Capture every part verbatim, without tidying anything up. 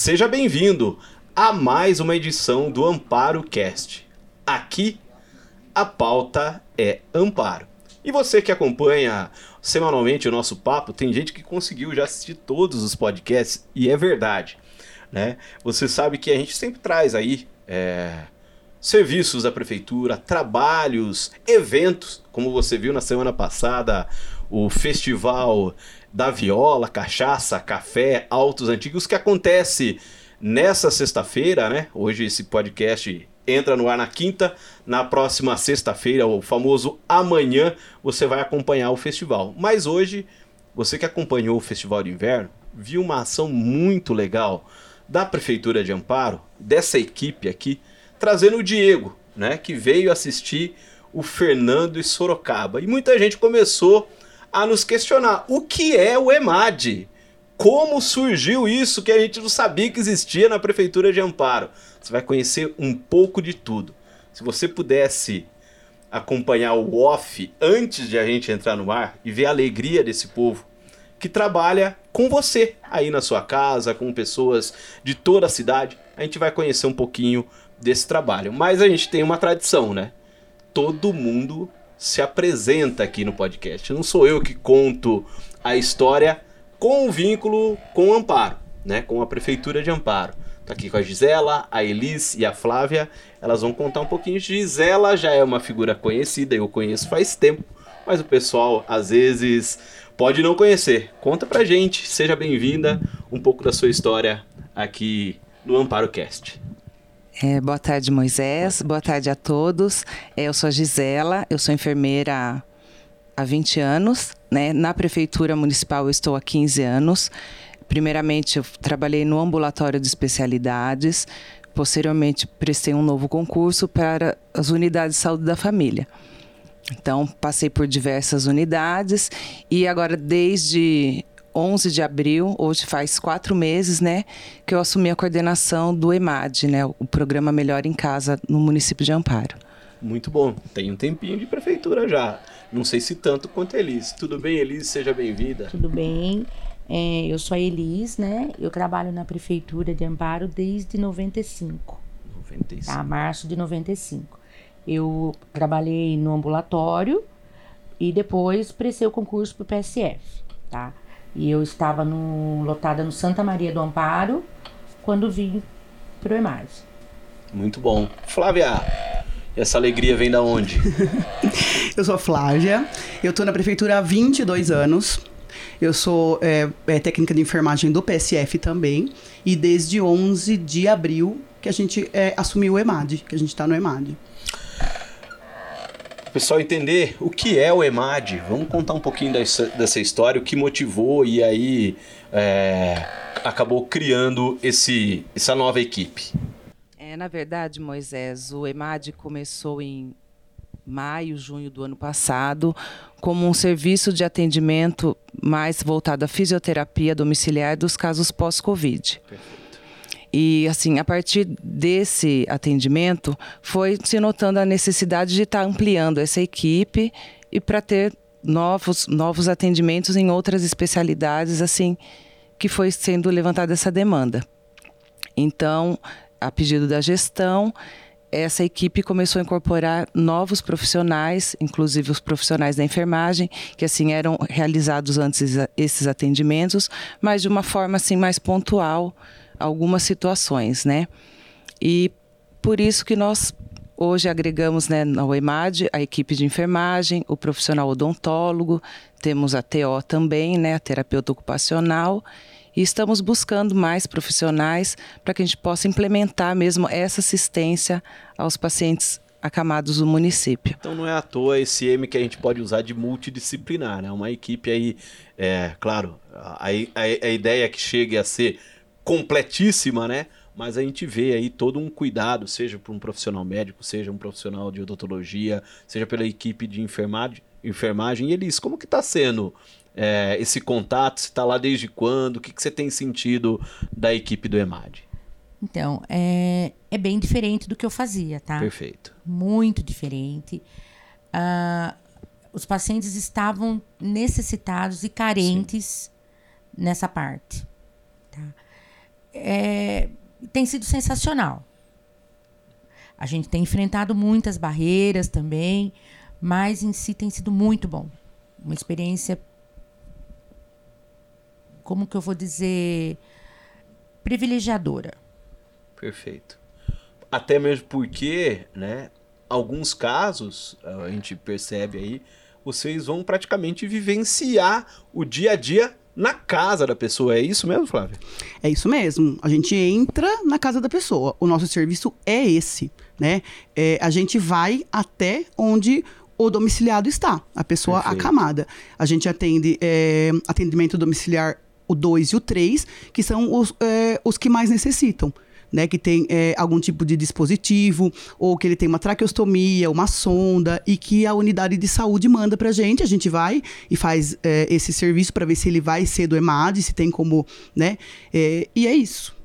Seja bem-vindo a mais uma edição do Amparo Cast. Aqui, a pauta é Amparo. E você que acompanha semanalmente o nosso papo, tem gente que conseguiu já assistir todos os podcasts, e é verdade, né? Você sabe que a gente sempre traz aí é, serviços da prefeitura, trabalhos, eventos, como você viu na semana passada, o Festival da Viola, Cachaça, Café, Autos Antigos, que acontece nessa sexta-feira, né? Hoje esse podcast entra no ar na quinta, na próxima sexta-feira, o famoso amanhã, você vai acompanhar o festival. Mas hoje, você que acompanhou o Festival de Inverno, viu uma ação muito legal da Prefeitura de Amparo, dessa equipe aqui, trazendo o Diego, né? Que veio assistir o Fernando e Sorocaba. E muita gente começou a nos questionar, o que é o EMAD? Como surgiu isso que a gente não sabia que existia na Prefeitura de Amparo? Você vai conhecer um pouco de tudo. Se você pudesse acompanhar o off antes de a gente entrar no ar e ver a alegria desse povo que trabalha com você aí na sua casa, com pessoas de toda a cidade, a gente vai conhecer um pouquinho desse trabalho. Mas a gente tem uma tradição, né? Todo mundo se apresenta aqui no podcast. Não sou eu que conto a história com o vínculo com o Amparo, né? Com a Prefeitura de Amparo. Tô aqui com a Gisela, a Elis e a Flávia. Elas vão contar um pouquinho. Gisela já é uma figura conhecida, eu conheço faz tempo, mas o pessoal às vezes pode não conhecer. Conta pra gente, seja bem-vinda, um pouco da sua história aqui no Amparo Cast. É, boa tarde, Moisés. Boa tarde a todos. É, eu sou a Gisela, eu sou enfermeira há vinte anos, né? Na Prefeitura Municipal eu estou há quinze anos. Primeiramente, eu trabalhei no ambulatório de especialidades. Posteriormente, prestei um novo concurso para as unidades de saúde da família. Então, passei por diversas unidades e agora, desde onze de abril, hoje faz quatro meses, né, que eu assumi a coordenação do EMAD, né, o Programa Melhor em Casa no município de Amparo. Muito bom. Tem um tempinho de prefeitura já. Não sei se tanto quanto a Elis. Tudo bem, Elis? Seja bem-vinda. Tudo bem. É, eu sou a Elis, né? Eu trabalho na Prefeitura de Amparo desde noventa e cinco. noventa e cinco. Tá, março de noventa e cinco. Eu trabalhei no ambulatório e depois prestei o concurso para o P S F, tá? E eu estava no, lotada no Santa Maria do Amparo quando vim para o EMAD. Muito bom. Flávia, essa alegria vem da onde? Eu sou a Flávia, eu estou na Prefeitura há vinte e dois anos. Eu sou é, é, técnica de enfermagem do P S F também. E desde onze de abril que a gente é, assumiu o EMAD, que a gente está no EMAD. O pessoal entender o que é o EMAD, vamos contar um pouquinho dessa, dessa história, o que motivou e aí é, acabou criando esse, essa nova equipe. É, na verdade, Moisés, o EMAD começou em maio, junho do ano passado, como um serviço de atendimento mais voltado à fisioterapia domiciliar dos casos pós-Covid. Perfeito. E, assim, a partir desse atendimento, foi se notando a necessidade de estar ampliando essa equipe e para ter novos, novos atendimentos em outras especialidades, assim, que foi sendo levantada essa demanda. Então, a pedido da gestão, essa equipe começou a incorporar novos profissionais, inclusive os profissionais da enfermagem, que assim eram realizados antes esses atendimentos, mas de uma forma assim mais pontual, algumas situações, né? E por isso que nós hoje agregamos, né, ao EMAD a equipe de enfermagem, o profissional odontólogo, temos a T O também, né, a terapeuta ocupacional. E estamos buscando mais profissionais para que a gente possa implementar mesmo essa assistência aos pacientes acamados do município. Então não é à toa esse M que a gente pode usar de multidisciplinar, né? Uma equipe aí, é, claro, a, a, a ideia é que chegue a ser completíssima, né? Mas a gente vê aí todo um cuidado, seja por um profissional médico, seja um profissional de odontologia, seja pela equipe de enfermagem. enfermagem. E Elis, como que está sendo É, esse contato? Você está lá desde quando? O que, que você tem sentido da equipe do EMAD? Então, é, é bem diferente do que eu fazia, tá? Perfeito. Muito diferente. Uh, os pacientes estavam necessitados e carentes Sim. nessa parte. Tá? é, tem sido sensacional. A gente tem enfrentado muitas barreiras também, mas em si tem sido muito bom. Uma experiência, como que eu vou dizer, privilegiadora. Perfeito. Até mesmo porque, né, alguns casos, a gente percebe aí, vocês vão praticamente vivenciar o dia a dia na casa da pessoa. É isso mesmo, Flávia? É isso mesmo. A gente entra na casa da pessoa. O nosso serviço é esse, né? É, a gente vai até onde o domiciliado está, a pessoa Perfeito. acamada. A gente atende é, atendimento domiciliar o dois e o três, que são os, é, os que mais necessitam. Né, que tem é, algum tipo de dispositivo, ou que ele tem uma traqueostomia, uma sonda, e que a unidade de saúde manda pra gente. A gente vai e faz é, esse serviço para ver se ele vai ser do EMAD, se tem como, né? É, e é isso.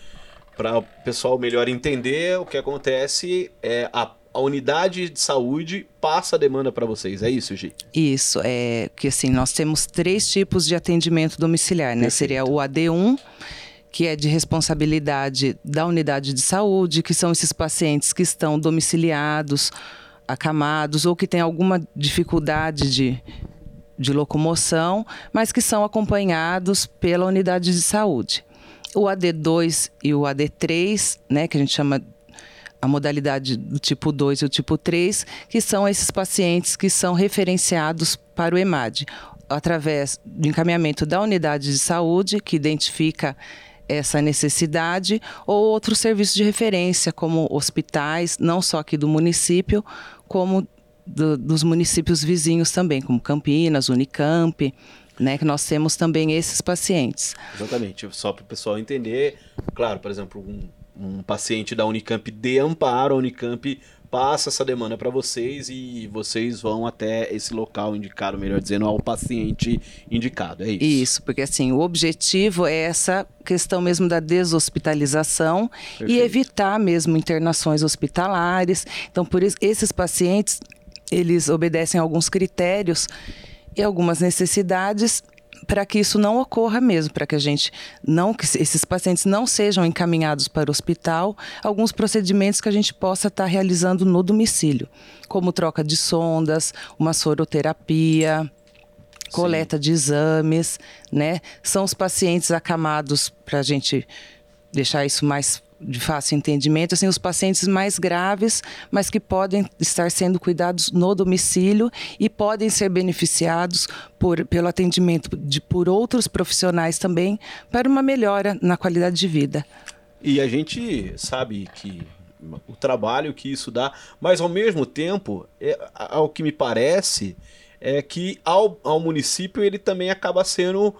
Para o pessoal melhor entender, o que acontece é a, a unidade de saúde passa a demanda para vocês. É isso, Gi? Isso, é que assim, nós temos três tipos de atendimento domiciliar, né? Perfeito. Seria o A D um, que é de responsabilidade da unidade de saúde, que são esses pacientes que estão domiciliados, acamados, ou que têm alguma dificuldade de, de locomoção, mas que são acompanhados pela unidade de saúde. O A D dois e o A D três, né, que a gente chama a modalidade do tipo dois e o tipo três, que são esses pacientes que são referenciados para o EMAD, através do encaminhamento da unidade de saúde, que identifica essa necessidade, ou outros serviços de referência, como hospitais, não só aqui do município, como do, dos municípios vizinhos também, como Campinas, Unicamp, né, que nós temos também esses pacientes. Exatamente, só para o pessoal entender, claro, por exemplo, um, um paciente da Unicamp de Amparo, a Unicamp passa essa demanda para vocês e vocês vão até esse local indicado, melhor dizendo, ao paciente indicado, é isso? Isso, porque assim, o objetivo é essa questão mesmo da deshospitalização. Perfeito. E evitar mesmo internações hospitalares. Então, por isso, esses pacientes, eles obedecem a alguns critérios e algumas necessidades para que isso não ocorra mesmo, para que a gente não, que esses pacientes não sejam encaminhados para o hospital, alguns procedimentos que a gente possa estar realizando no domicílio, como troca de sondas, uma soroterapia, coleta Sim. de exames, né? São os pacientes acamados, para a gente deixar isso mais de fácil entendimento, assim, os pacientes mais graves, mas que podem estar sendo cuidados no domicílio e podem ser beneficiados por, pelo atendimento de, por outros profissionais também, para uma melhora na qualidade de vida. E a gente sabe que o trabalho que isso dá, mas ao mesmo tempo, é, ao que me parece, é que ao, ao município ele também acaba sendo,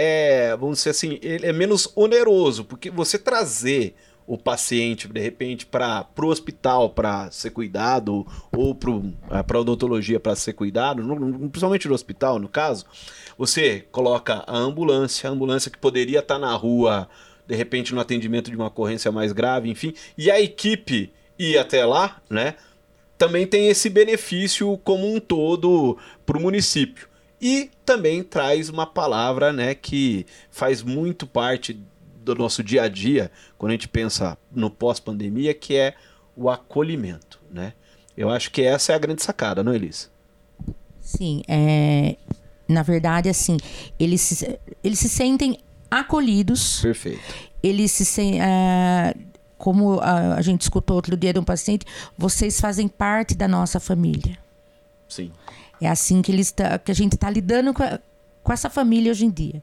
é, vamos dizer assim, ele é menos oneroso, porque você trazer o paciente, de repente, para o hospital para ser cuidado, ou para a odontologia para ser cuidado, no, principalmente no hospital, no caso, você coloca a ambulância, a ambulância que poderia estar na rua, de repente, no atendimento de uma ocorrência mais grave, enfim, e a equipe ir até lá, né, também tem esse benefício como um todo para o município. E também traz uma palavra, né, que faz muito parte do nosso dia a dia, quando a gente pensa no pós-pandemia, que é o acolhimento, né? Eu acho que essa é a grande sacada, não é, Elis? Sim, é, na verdade, assim, eles se, eles se sentem acolhidos. Perfeito. Eles se sentem, é, como a, a gente escutou outro dia de um paciente, vocês fazem parte da nossa família. Sim. É assim que, eles tá, que a gente está lidando com, a, com essa família hoje em dia.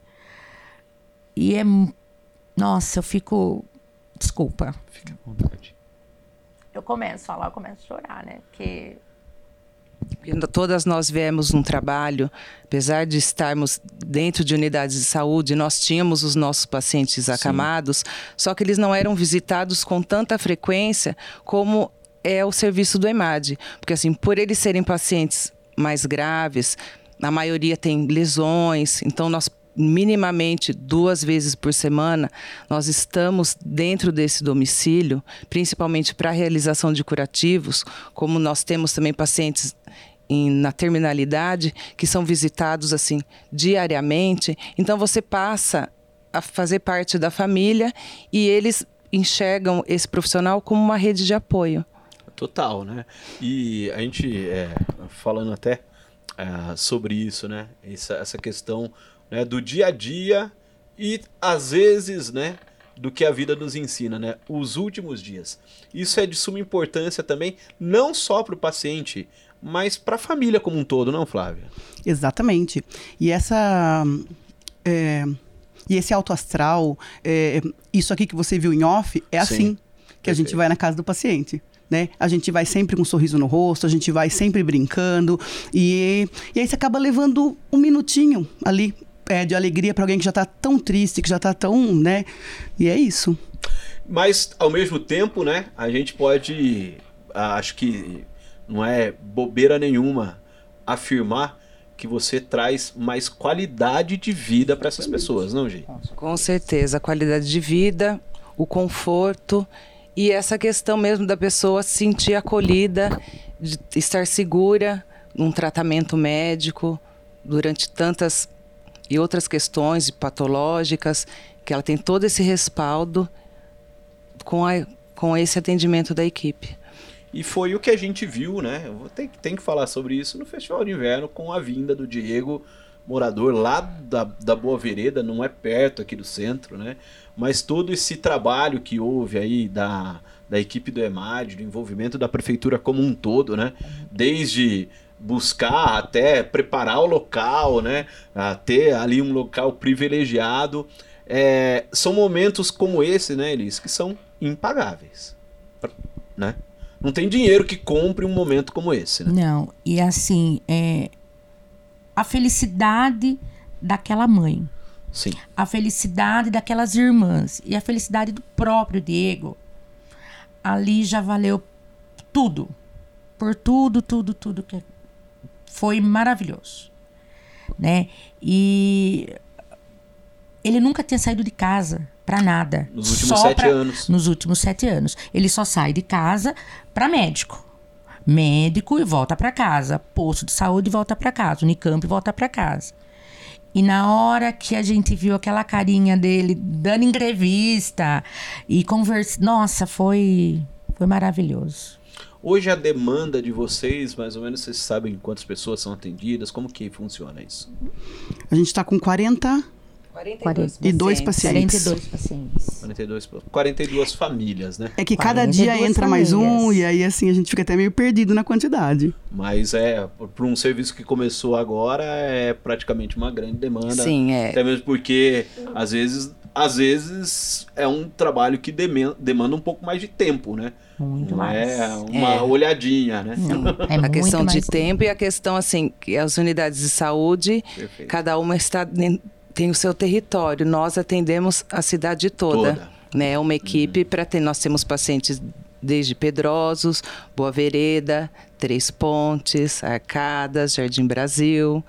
E é... Nossa, eu fico... Desculpa. Fica à vontade. Eu começo a falar, eu começo a chorar, né? Porque... Todas nós viemos num trabalho, apesar de estarmos dentro de unidades de saúde, nós tínhamos os nossos pacientes acamados, Sim. só que eles não eram visitados com tanta frequência como é o serviço do EMAD. Porque assim, por eles serem pacientes mais graves, a maioria tem lesões, então nós minimamente duas vezes por semana, nós estamos dentro desse domicílio, principalmente para a realização de curativos, como nós temos também pacientes em, na terminalidade, que são visitados assim diariamente. Então você passa a fazer parte da família e eles enxergam esse profissional como uma rede de apoio. Total, né? E a gente, é, falando até é, sobre isso, né? Essa, essa questão, né, do dia a dia e, às vezes, né, do que a vida nos ensina, né? Os últimos dias. Isso é de suma importância também, não só para o paciente, mas para a família como um todo, não, Flávia? Exatamente. E essa... É, e esse alto astral, é, isso aqui que você viu em off, é Sim, assim que perfeito. a gente vai na casa do paciente. Né? A gente vai sempre com um sorriso no rosto, a gente vai sempre brincando. E, e aí você acaba levando um minutinho ali é, de alegria para alguém que já está tão triste, que já está tão... né? E é isso. Mas, ao mesmo tempo, né, a gente pode, acho que não é bobeira nenhuma, afirmar que você traz mais qualidade de vida para essas pessoas, não, Gi? Com certeza, a qualidade de vida, o conforto e essa questão mesmo da pessoa se sentir acolhida, de estar segura num tratamento médico durante tantas e outras questões patológicas, que ela tem todo esse respaldo com, a, com esse atendimento da equipe. E foi o que a gente viu, né? Eu vou ter, tem que falar sobre isso no Festival de Inverno, com a vinda do Diego, morador lá da, da Boa Vereda, não é perto aqui do centro, né? Mas todo esse trabalho que houve aí da, da equipe do EMAD, do envolvimento da prefeitura como um todo, né? Desde buscar até preparar o local, né? A ter ali um local privilegiado. É, são momentos como esse, né, Elis, que são impagáveis, né? Não tem dinheiro que compre um momento como esse, né? Não, e assim, é, a felicidade daquela mãe, Sim. a felicidade daquelas irmãs e a felicidade do próprio Diego, ali já valeu tudo, por tudo, tudo, tudo que foi maravilhoso, né? E ele nunca tinha saído de casa para nada. Nos últimos só sete pra, anos. Nos últimos sete anos. Ele só sai de casa para médico. Médico e volta para casa. Posto de saúde e volta para casa. Unicamp e volta para casa. E na hora que a gente viu aquela carinha dele dando entrevista e conversando, nossa, foi, foi maravilhoso. Hoje a demanda de vocês, mais ou menos, vocês sabem quantas pessoas são atendidas? Como que funciona isso? A gente está com quarenta... quarenta e dois pacientes. quarenta e dois pacientes. quarenta e dois, quarenta e duas famílias, né? É que cada quarenta e dia duas entra mais um famílias. e aí assim a gente fica até meio perdido na quantidade. Mas é, para um serviço que começou agora, é praticamente uma grande demanda. Sim, é. Até mesmo porque, às vezes, às vezes é um trabalho que demen- demanda um pouco mais de tempo, né? Muito Não mais. é uma É. olhadinha, né? Não, é a muito questão de mais tempo e a questão, assim, que as unidades de saúde, Perfeito. cada uma está, tem o seu território. Nós atendemos a cidade toda. Toda. Né? Uma equipe para ter. Nós temos pacientes desde Pedrosos, Boa Vereda, Três Pontes, Arcadas, Jardim Brasil,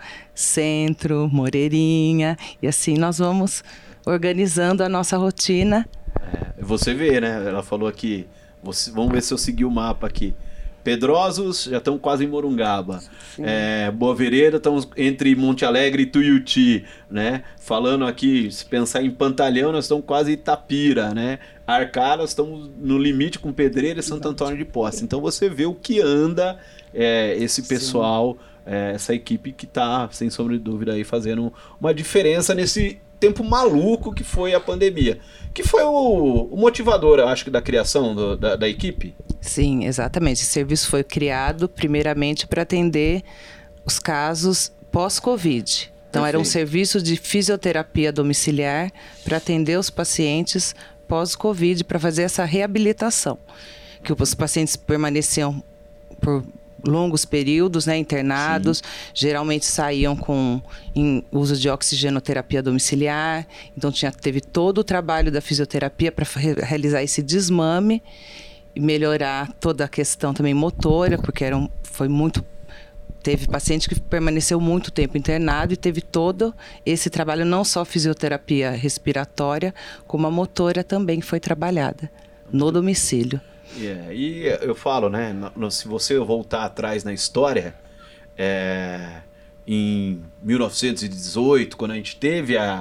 Centro, Moreirinha. E assim nós vamos organizando a nossa rotina. É, você vê, né? Ela falou aqui. Você, vamos ver se eu segui o mapa aqui. Pedrosos, já estão quase em Morungaba. É, Boa Vereda, estamos entre Monte Alegre e Tuiuti, né? Falando aqui, se pensar em Pantalhão, nós estamos quase em Itapira, né? Arcadas, estamos no limite com Pedreira e Santo Antônio de Posse. Então você vê o que anda é, esse pessoal, é, essa equipe que está, sem sombra de dúvida, aí fazendo uma diferença nesse tempo maluco que foi a pandemia. Que foi o, o motivador, eu acho que, da criação do, da, da equipe? Sim, exatamente. Esse serviço foi criado primeiramente para atender os casos pós-Covid. Então, era um Perfeito. serviço de fisioterapia domiciliar para atender os pacientes pós-Covid, para fazer essa reabilitação. Que os pacientes permaneciam por longos períodos, né, internados, Sim. geralmente saíam com em uso de oxigenoterapia domiciliar, então tinha, teve todo o trabalho da fisioterapia para re- realizar esse desmame e melhorar toda a questão também motora, porque era um, foi muito... Teve paciente que permaneceu muito tempo internado e teve todo esse trabalho, não só fisioterapia respiratória, como a motora também foi trabalhada no domicílio. Yeah. E eu falo, né, no, no, se você voltar atrás na história, é, em mil novecentos e dezoito, quando a gente teve a,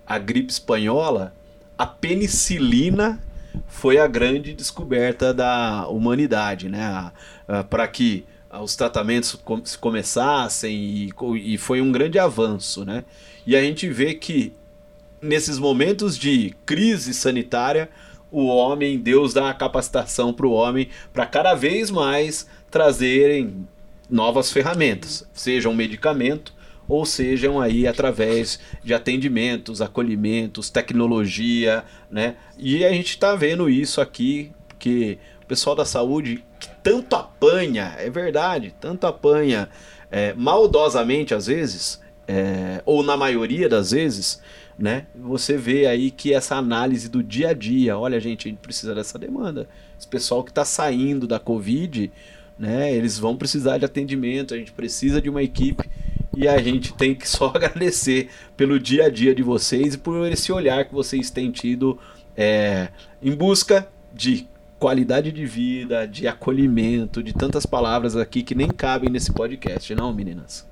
a gripe espanhola, a penicilina foi a grande descoberta da humanidade, né? Para que os tratamentos com- começassem e, e foi um grande avanço, né? E a gente vê que nesses momentos de crise sanitária, o homem, Deus dá a capacitação para o homem para cada vez mais trazerem novas ferramentas, seja um medicamento ou sejam aí através de atendimentos, acolhimentos, tecnologia, né? E a gente está vendo isso aqui, porque o pessoal da saúde que tanto apanha, é verdade, tanto apanha é, maldosamente às vezes, é, ou na maioria das vezes, né? Você vê aí que essa análise do dia a dia, olha gente, a gente precisa dessa demanda. Esse pessoal que está saindo da Covid, né? Eles vão precisar de atendimento, a gente precisa de uma equipe. E a gente tem que só agradecer pelo dia a dia de vocês e por esse olhar que vocês têm tido é, em busca de qualidade de vida, de acolhimento, de tantas palavras aqui que nem cabem nesse podcast, não, meninas?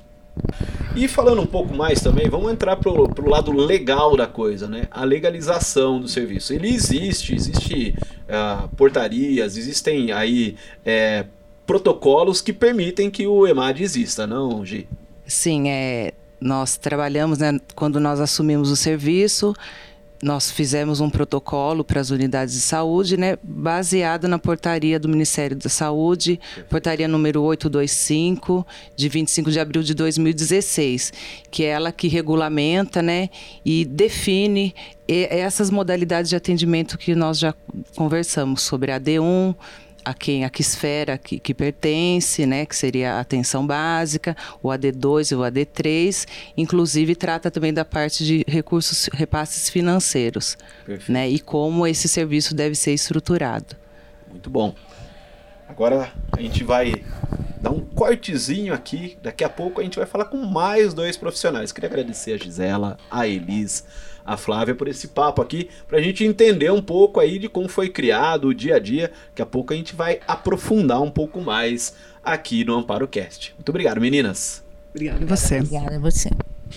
E falando um pouco mais também, vamos entrar pro, pro lado legal da coisa, né? A legalização do serviço. Ele existe, existe uh, portarias, existem aí é, protocolos que permitem que o EMAD exista, não, Gi? Sim, é, nós trabalhamos, né, quando nós assumimos o serviço, nós fizemos um protocolo para as unidades de saúde, né, baseado na portaria do Ministério da Saúde, portaria número oitocentos e vinte e cinco, de vinte e cinco de abril de dois mil e dezesseis, que é ela que regulamenta, né, e define essas modalidades de atendimento que nós já conversamos sobre a D um, a quem a que esfera que, que pertence, né, que seria a atenção básica, o A D dois e o A D três, inclusive trata também da parte de recursos, repasses financeiros, né, e como esse serviço deve ser estruturado. Muito bom. Agora a gente vai dar um cortezinho aqui, daqui a pouco a gente vai falar com mais dois profissionais. Queria agradecer a Gisela, a Elis, a Flávia por esse papo aqui, pra gente entender um pouco aí de como foi criado o dia a dia. Daqui a pouco a gente vai aprofundar um pouco mais aqui no Amparo Cast. Muito obrigado, meninas. Obrigada a você. Obrigada a você.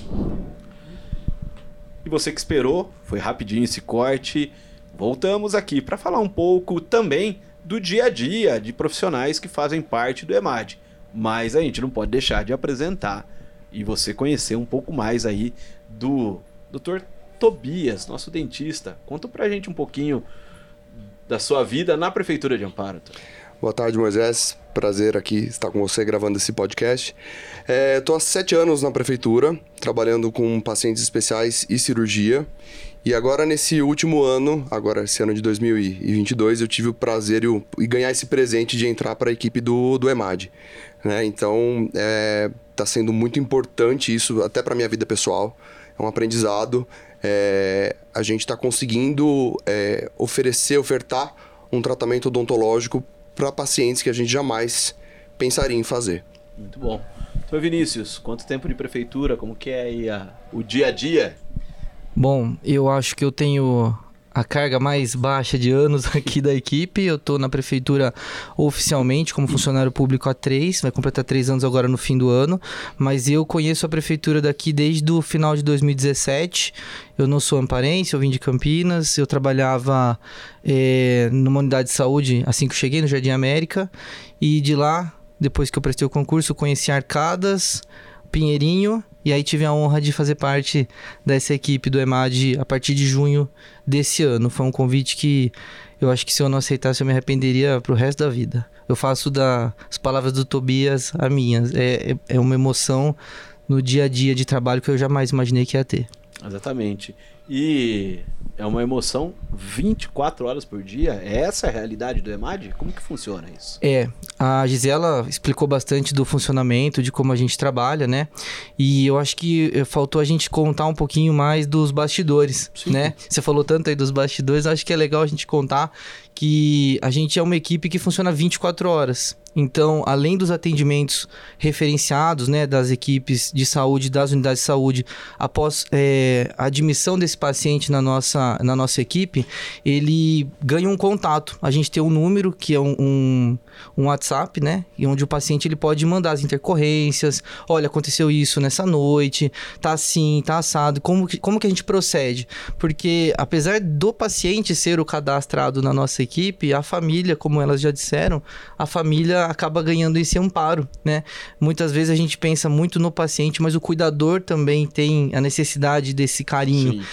E você que esperou, foi rapidinho esse corte. Voltamos aqui para falar um pouco também do dia a dia de profissionais que fazem parte do EMAD. Mas a gente não pode deixar de apresentar e você conhecer um pouco mais aí do doutor Tobias, nosso dentista. Conta pra gente um pouquinho da sua vida na Prefeitura de Amparo. Boa tarde, Moisés. Prazer aqui estar com você gravando esse podcast. Estou há sete anos na Prefeitura, trabalhando com pacientes especiais e cirurgia. E agora, nesse último ano, agora esse ano de dois mil e vinte e dois, eu tive o prazer e, o, e ganhar esse presente de entrar para a equipe do, do EMAD. Né? Então, está sendo muito importante isso, até para a minha vida pessoal. É um aprendizado. É, a gente está conseguindo é, oferecer, ofertar um tratamento odontológico para pacientes que a gente jamais pensaria em fazer. Muito bom. Doutor Vinícius, quanto tempo de prefeitura? Como que é aí a, o dia a dia? Bom, eu acho que eu tenho a carga mais baixa de anos aqui da equipe. Eu estou na prefeitura oficialmente como funcionário público há três, vai completar três anos agora no fim do ano, mas eu conheço a prefeitura daqui desde o final de dois mil e dezessete. Eu não sou amparense, eu vim de Campinas, eu trabalhava é, numa unidade de saúde assim que eu cheguei, no Jardim América, e de lá, depois que eu prestei o concurso, eu conheci Arcadas, Pinheirinho, e aí tive a honra de fazer parte dessa equipe do EMAD a partir de junho desse ano. Foi um convite que eu acho que se eu não aceitasse eu me arrependeria pro resto da vida. Eu faço das palavras do Tobias a minhas. É, é, é uma emoção no dia a dia de trabalho que eu jamais imaginei que ia ter. Exatamente. E é uma emoção vinte e quatro horas por dia? É essa a realidade do EMAD? Como que funciona isso? É, a Gisela explicou bastante do funcionamento, de como a gente trabalha, né? E eu acho que faltou a gente contar um pouquinho mais dos bastidores, Sim. né? Você falou tanto aí dos bastidores, acho que é legal a gente contar que a gente é uma equipe que funciona vinte e quatro horas. Então, além dos atendimentos referenciados, né, das equipes de saúde, das unidades de saúde, após é, a admissão desse paciente na nossa, na nossa equipe, ele ganha um contato. A gente tem um número que é um, um, um WhatsApp, né? E onde o paciente ele pode mandar as intercorrências. Olha, aconteceu isso nessa noite, tá assim, tá assado. Como que, como que a gente procede? Porque apesar do paciente ser o cadastrado na nossa equipe, a família, como elas já disseram, a família acaba ganhando esse amparo, né? Muitas vezes a gente pensa muito no paciente, mas o cuidador também tem a necessidade desse carinho. Sim.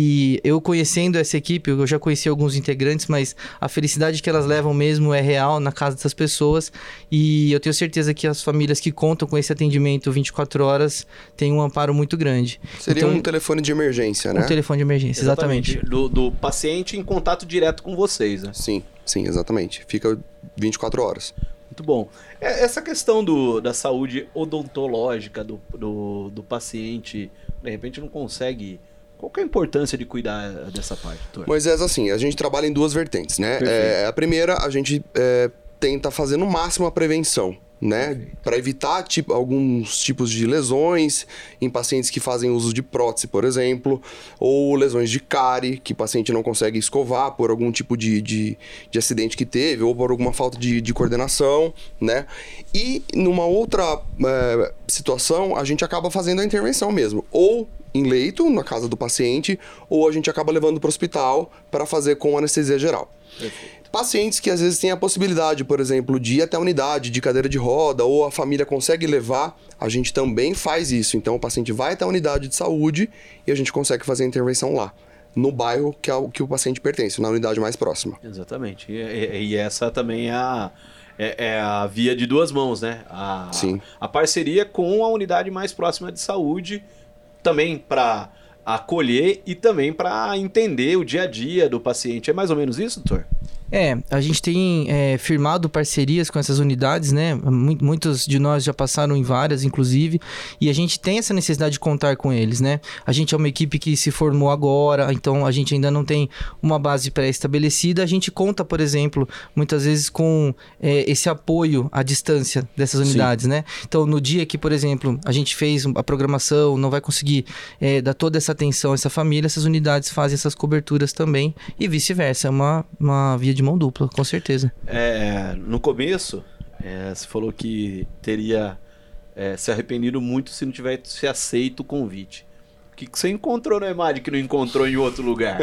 E eu conhecendo essa equipe, eu já conheci alguns integrantes, mas a felicidade que elas levam mesmo é real na casa dessas pessoas. E eu tenho certeza que as famílias que contam com esse atendimento vinte e quatro horas têm um amparo muito grande. Seria então, um telefone de emergência, né? Um telefone de emergência, exatamente. exatamente. Do, do paciente em contato direto com vocês, né? Sim, sim, exatamente. Fica vinte e quatro horas. Muito bom. Essa questão do, da saúde odontológica do, do, do paciente, de repente não consegue... Qual que é a importância de cuidar dessa parte, doutor? Moisés, assim, a gente trabalha em duas vertentes, né? É, a primeira, a gente é, tenta fazer no máximo a prevenção, né? Para evitar tipo, alguns tipos de lesões em pacientes que fazem uso de prótese, por exemplo, ou lesões de cárie, que o paciente não consegue escovar por algum tipo de, de, de acidente que teve, ou por alguma falta de, de coordenação, né? E numa outra é, situação, a gente acaba fazendo a intervenção mesmo, ou em leito, na casa do paciente, ou a gente acaba levando para o hospital para fazer com anestesia geral. Perfeito. Pacientes que às vezes têm a possibilidade, por exemplo, de ir até a unidade de cadeira de roda, ou a família consegue levar, a gente também faz isso. Então o paciente vai até a unidade de saúde e a gente consegue fazer a intervenção lá, no bairro que é o que o paciente pertence, na unidade mais próxima. Exatamente. E, e, e essa também é a, é, é a via de duas mãos, né? A, Sim. A parceria com a unidade mais próxima de saúde, também para acolher e também para entender o dia a dia do paciente. É mais ou menos isso, doutor? É, a gente tem é, firmado parcerias com essas unidades, né? Muitos de nós já passaram em várias, inclusive, e a gente tem essa necessidade de contar com eles, né? A gente é uma equipe que se formou agora, então a gente ainda não tem uma base pré-estabelecida. A gente conta, por exemplo, muitas vezes com é, esse apoio à distância dessas unidades, Sim. né? Então, no dia que, por exemplo, a gente fez a programação, não vai conseguir é, dar toda essa atenção a essa família, essas unidades fazem essas coberturas também e vice-versa. É uma, uma via de de mão dupla, com certeza. É, no começo, é, você falou que teria é, se arrependido muito se não tivesse aceito o convite. O que, que você encontrou no EMAD que não encontrou em outro lugar?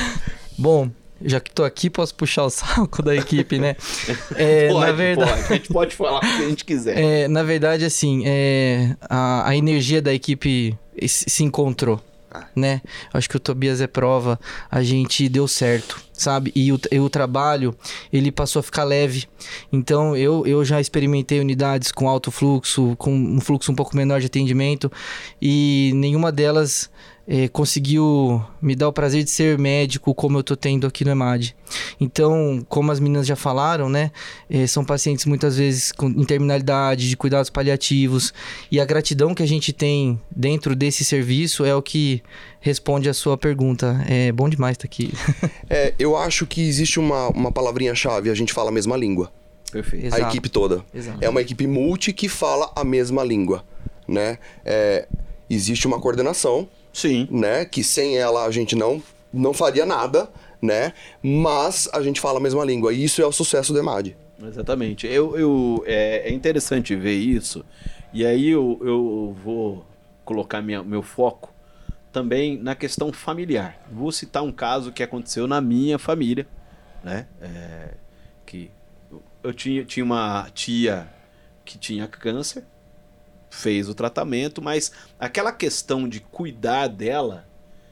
Bom, já que tô aqui, posso puxar o saco da equipe, né? É, pode, na verdade, pode. A gente pode falar o que a gente quiser. É, na verdade, assim, é, a, a energia da equipe se encontrou. Né? Acho que o Tobias é prova, a gente deu certo, sabe? E o, e o trabalho, ele passou a ficar leve. Então, eu, eu já experimentei unidades com alto fluxo, com um fluxo um pouco menor de atendimento, e nenhuma delas é, conseguiu me dar o prazer de ser médico como eu tô tendo aqui no EMAD. Então, como as meninas já falaram, né? É, são pacientes muitas vezes com terminalidade, de cuidados paliativos, e a gratidão que a gente tem dentro desse serviço é o que responde a sua pergunta. É bom demais estar aqui. É, eu acho que existe uma, uma palavrinha-chave, a gente fala a mesma língua. Perfeito. Exato. A equipe toda. Exato. É uma equipe multi que fala a mesma língua, né? É, existe uma coordenação, Sim. né? Que sem ela a gente não, não faria nada, né? Mas a gente fala a mesma língua e isso é o sucesso do EMAD. Exatamente. Eu, eu, é, é interessante ver isso e aí eu, eu vou colocar minha, meu foco também na questão familiar. Vou citar um caso que aconteceu na minha família, né? É, que eu tinha, tinha uma tia que tinha câncer, fez o tratamento, mas aquela questão de cuidar dela,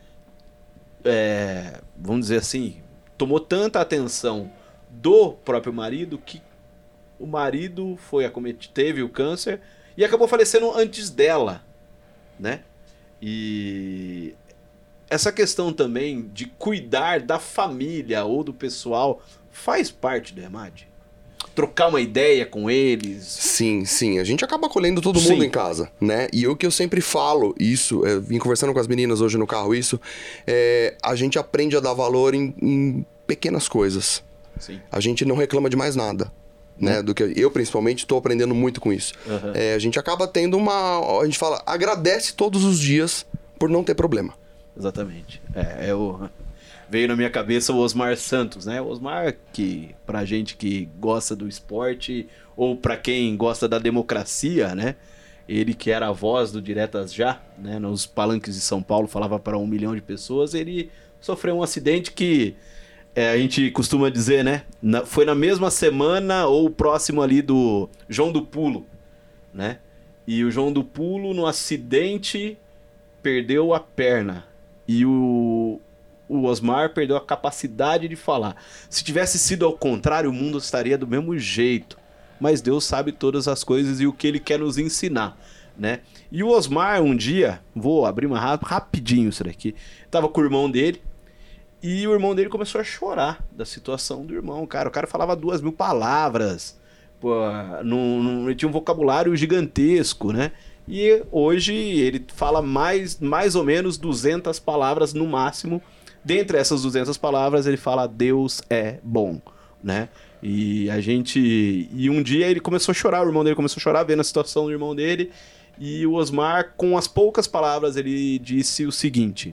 é, vamos dizer assim, tomou tanta atenção do próprio marido que o marido foi acometido, teve o câncer e acabou falecendo antes dela, né? E essa questão também de cuidar da família ou do pessoal faz parte do EMAD? Trocar uma ideia com eles? Sim, sim. A gente acaba acolhendo todo mundo Sim. em casa, né? E o que eu sempre falo, isso, é, vim conversando com as meninas hoje no carro, isso, é, a gente aprende a dar valor em, em pequenas coisas. Sim. A gente não reclama de mais nada. Né, do que eu principalmente estou aprendendo muito com isso. Uhum. É, a gente acaba tendo uma... A gente fala, agradece todos os dias por não ter problema. Exatamente. É, eu, veio na minha cabeça o Osmar Santos, né? O Osmar, que pra gente que gosta do esporte, ou pra quem gosta da democracia, né? Ele que era a voz do Diretas Já, né? Nos palanques de São Paulo, falava para um milhão de pessoas, ele sofreu um acidente que é, a gente costuma dizer, né? Na, foi na mesma semana ou próximo ali do João do Pulo, né? E o João do Pulo, no acidente, perdeu a perna. E o, o Osmar perdeu a capacidade de falar. Se tivesse sido ao contrário, o mundo estaria do mesmo jeito. Mas Deus sabe todas as coisas e o que Ele quer nos ensinar, né? E o Osmar, um dia, vou abrir uma rapidinho isso daqui, tava com o irmão dele, e o irmão dele começou a chorar da situação do irmão, cara. O cara falava duas mil palavras, pô, num, num, ele tinha um vocabulário gigantesco, né? E hoje ele fala mais, mais ou menos duzentas palavras no máximo. Dentre essas duzentas palavras, ele fala Deus é bom, né? E a gente... E um dia ele começou a chorar, o irmão dele começou a chorar vendo a situação do irmão dele. E o Osmar, com as poucas palavras, ele disse o seguinte: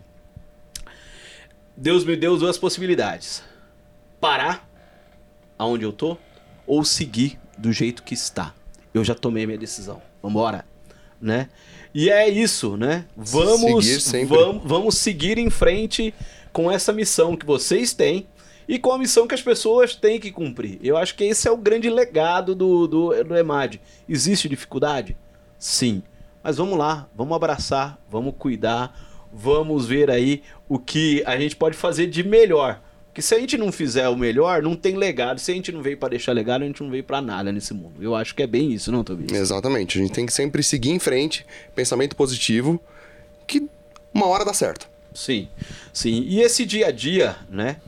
Deus me deu duas possibilidades. Parar aonde eu tô ou seguir do jeito que está. Eu já tomei minha decisão. Vambora, né? E é isso, né? Vamos seguir, vamos, vamos seguir em frente com essa missão que vocês têm e com a missão que as pessoas têm que cumprir. Eu acho que esse é o grande legado do, do, do EMAD. Existe dificuldade? Sim. Mas vamos lá, vamos abraçar, vamos cuidar, vamos ver aí o que a gente pode fazer de melhor. Porque se a gente não fizer o melhor, não tem legado. Se a gente não veio para deixar legado, a gente não veio para nada nesse mundo. Eu acho que é bem isso, não, Tobias? Exatamente. A gente tem que sempre seguir em frente, pensamento positivo, que uma hora dá certo. Sim, sim. E esse dia a dia, né?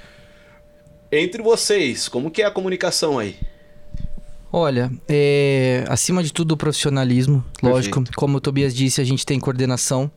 Entre vocês, como que é a comunicação aí? Olha, é, acima de tudo o profissionalismo, lógico. Perfeito. Como o Tobias disse, a gente tem coordenação.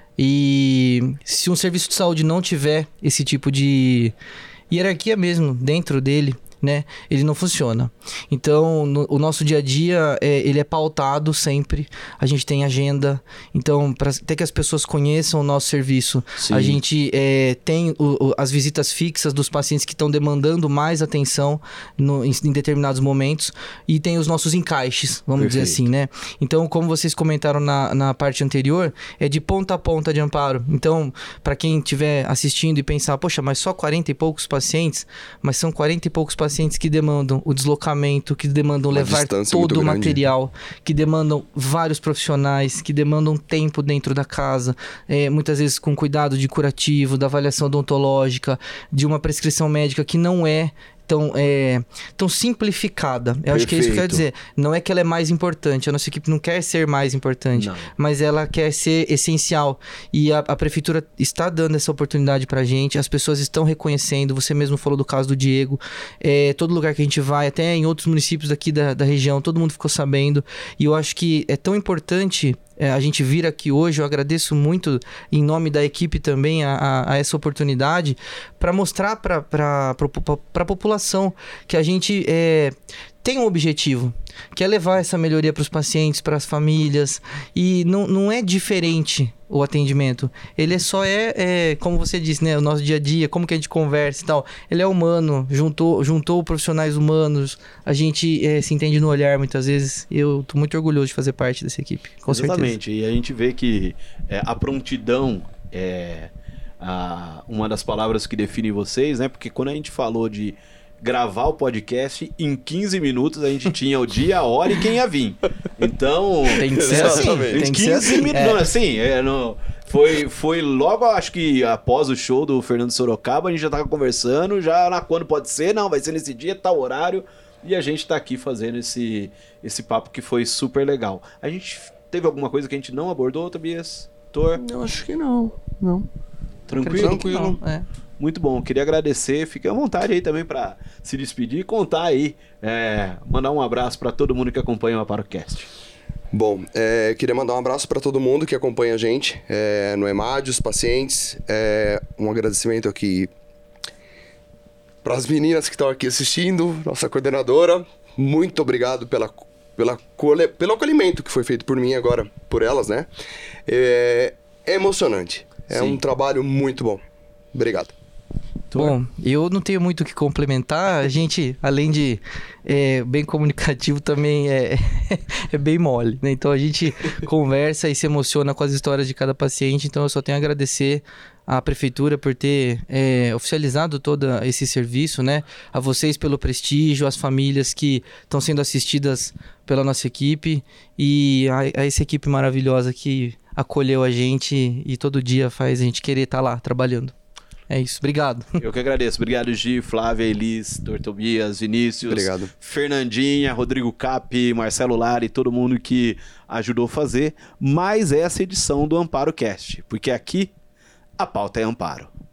E se um serviço de saúde não tiver esse tipo de hierarquia mesmo dentro dele, né, ele não funciona. Então, no, o nosso dia a dia, é, ele é pautado sempre. A gente tem agenda. Então, para até que as pessoas conheçam o nosso serviço, sim, a gente é, tem o, o, as visitas fixas dos pacientes que estão demandando mais atenção no, em, em determinados momentos. E tem os nossos encaixes, vamos Perfeito. dizer assim, né? Então, como vocês comentaram na, na parte anterior, é de ponta a ponta de amparo. Então, para quem estiver assistindo e pensar, poxa, mas só quarenta e poucos pacientes? Mas são quarenta e poucos pacientes pacientes que demandam o deslocamento, que demandam Uma levar todo o material, que demandam vários profissionais, que demandam tempo dentro da casa, é, muitas vezes com cuidado de curativo, da avaliação odontológica, de uma prescrição médica que não é tão, é, tão simplificada. Eu Perfeito. acho que é isso que eu quero dizer. Não é que ela é mais importante, a nossa equipe não quer ser mais importante, não. mas ela quer ser essencial. E a, a prefeitura está dando essa oportunidade pra gente, as pessoas estão reconhecendo, você mesmo falou do caso do Diego, é, todo lugar que a gente vai, até em outros municípios aqui da, da região, todo mundo ficou sabendo. E eu acho que é tão importante... É, a gente vir aqui hoje, eu agradeço muito em nome da equipe também a, a, a essa oportunidade para mostrar para a população que a gente é, tem um objetivo, que é levar essa melhoria para os pacientes, para as famílias, e não, não é diferente o atendimento. Ele é só é, é, como você disse, né, o nosso dia a dia, como que a gente conversa e tal. Ele é humano, juntou, juntou profissionais humanos, a gente é, se entende no olhar muitas vezes. Eu tô muito orgulhoso de fazer parte dessa equipe, com Exatamente. certeza. E a gente vê que é, a prontidão é a, uma das palavras que define vocês, né? Porque quando a gente falou de gravar o podcast, em quinze minutos a gente tinha o dia, a hora e quem ia vir. Então... Tem que ser assim. Em Tem quinze assim. minutos, é. Não, assim, é, não, foi, foi logo, acho que após o show do Fernando Sorocaba, a gente já tava conversando, já na quando pode ser, não, vai ser nesse dia, tal horário, e a gente tá aqui fazendo esse, esse papo que foi super legal. A gente teve alguma coisa que a gente não abordou, Tobias? Tor? Eu acho que não, não. Tranquilo? Tranquilo. Não, é. Muito bom, queria agradecer, fique à vontade aí também para se despedir e contar aí, é, mandar um abraço para todo mundo que acompanha o AmparoCast. Bom, é, queria mandar um abraço para todo mundo que acompanha a gente é, no EMAD, os pacientes, é, um agradecimento aqui para as meninas que estão aqui assistindo, nossa coordenadora, muito obrigado pela, pela, pelo acolhimento que foi feito por mim agora, por elas, né? É, é emocionante, é Sim. um trabalho muito bom. Obrigado. Bom, eu não tenho muito o que complementar. A gente, além de é, bem comunicativo, também é, é bem mole, né? Então a gente conversa e se emociona com as histórias de cada paciente. Então eu só tenho a agradecer à prefeitura por ter é, oficializado todo esse serviço, né? A vocês pelo prestígio, as famílias que estão sendo assistidas pela nossa equipe e a, a essa equipe maravilhosa que acolheu a gente e todo dia faz a gente querer estar lá trabalhando. É isso, obrigado. Eu que agradeço. Obrigado, Gi, Flávia, Elis, doutor Tobias, Vinícius, Obrigado. Fernandinha, Rodrigo Cap, Marcelo Lara e todo mundo que ajudou a fazer mais essa edição do Amparo Cast, porque aqui a pauta é Amparo.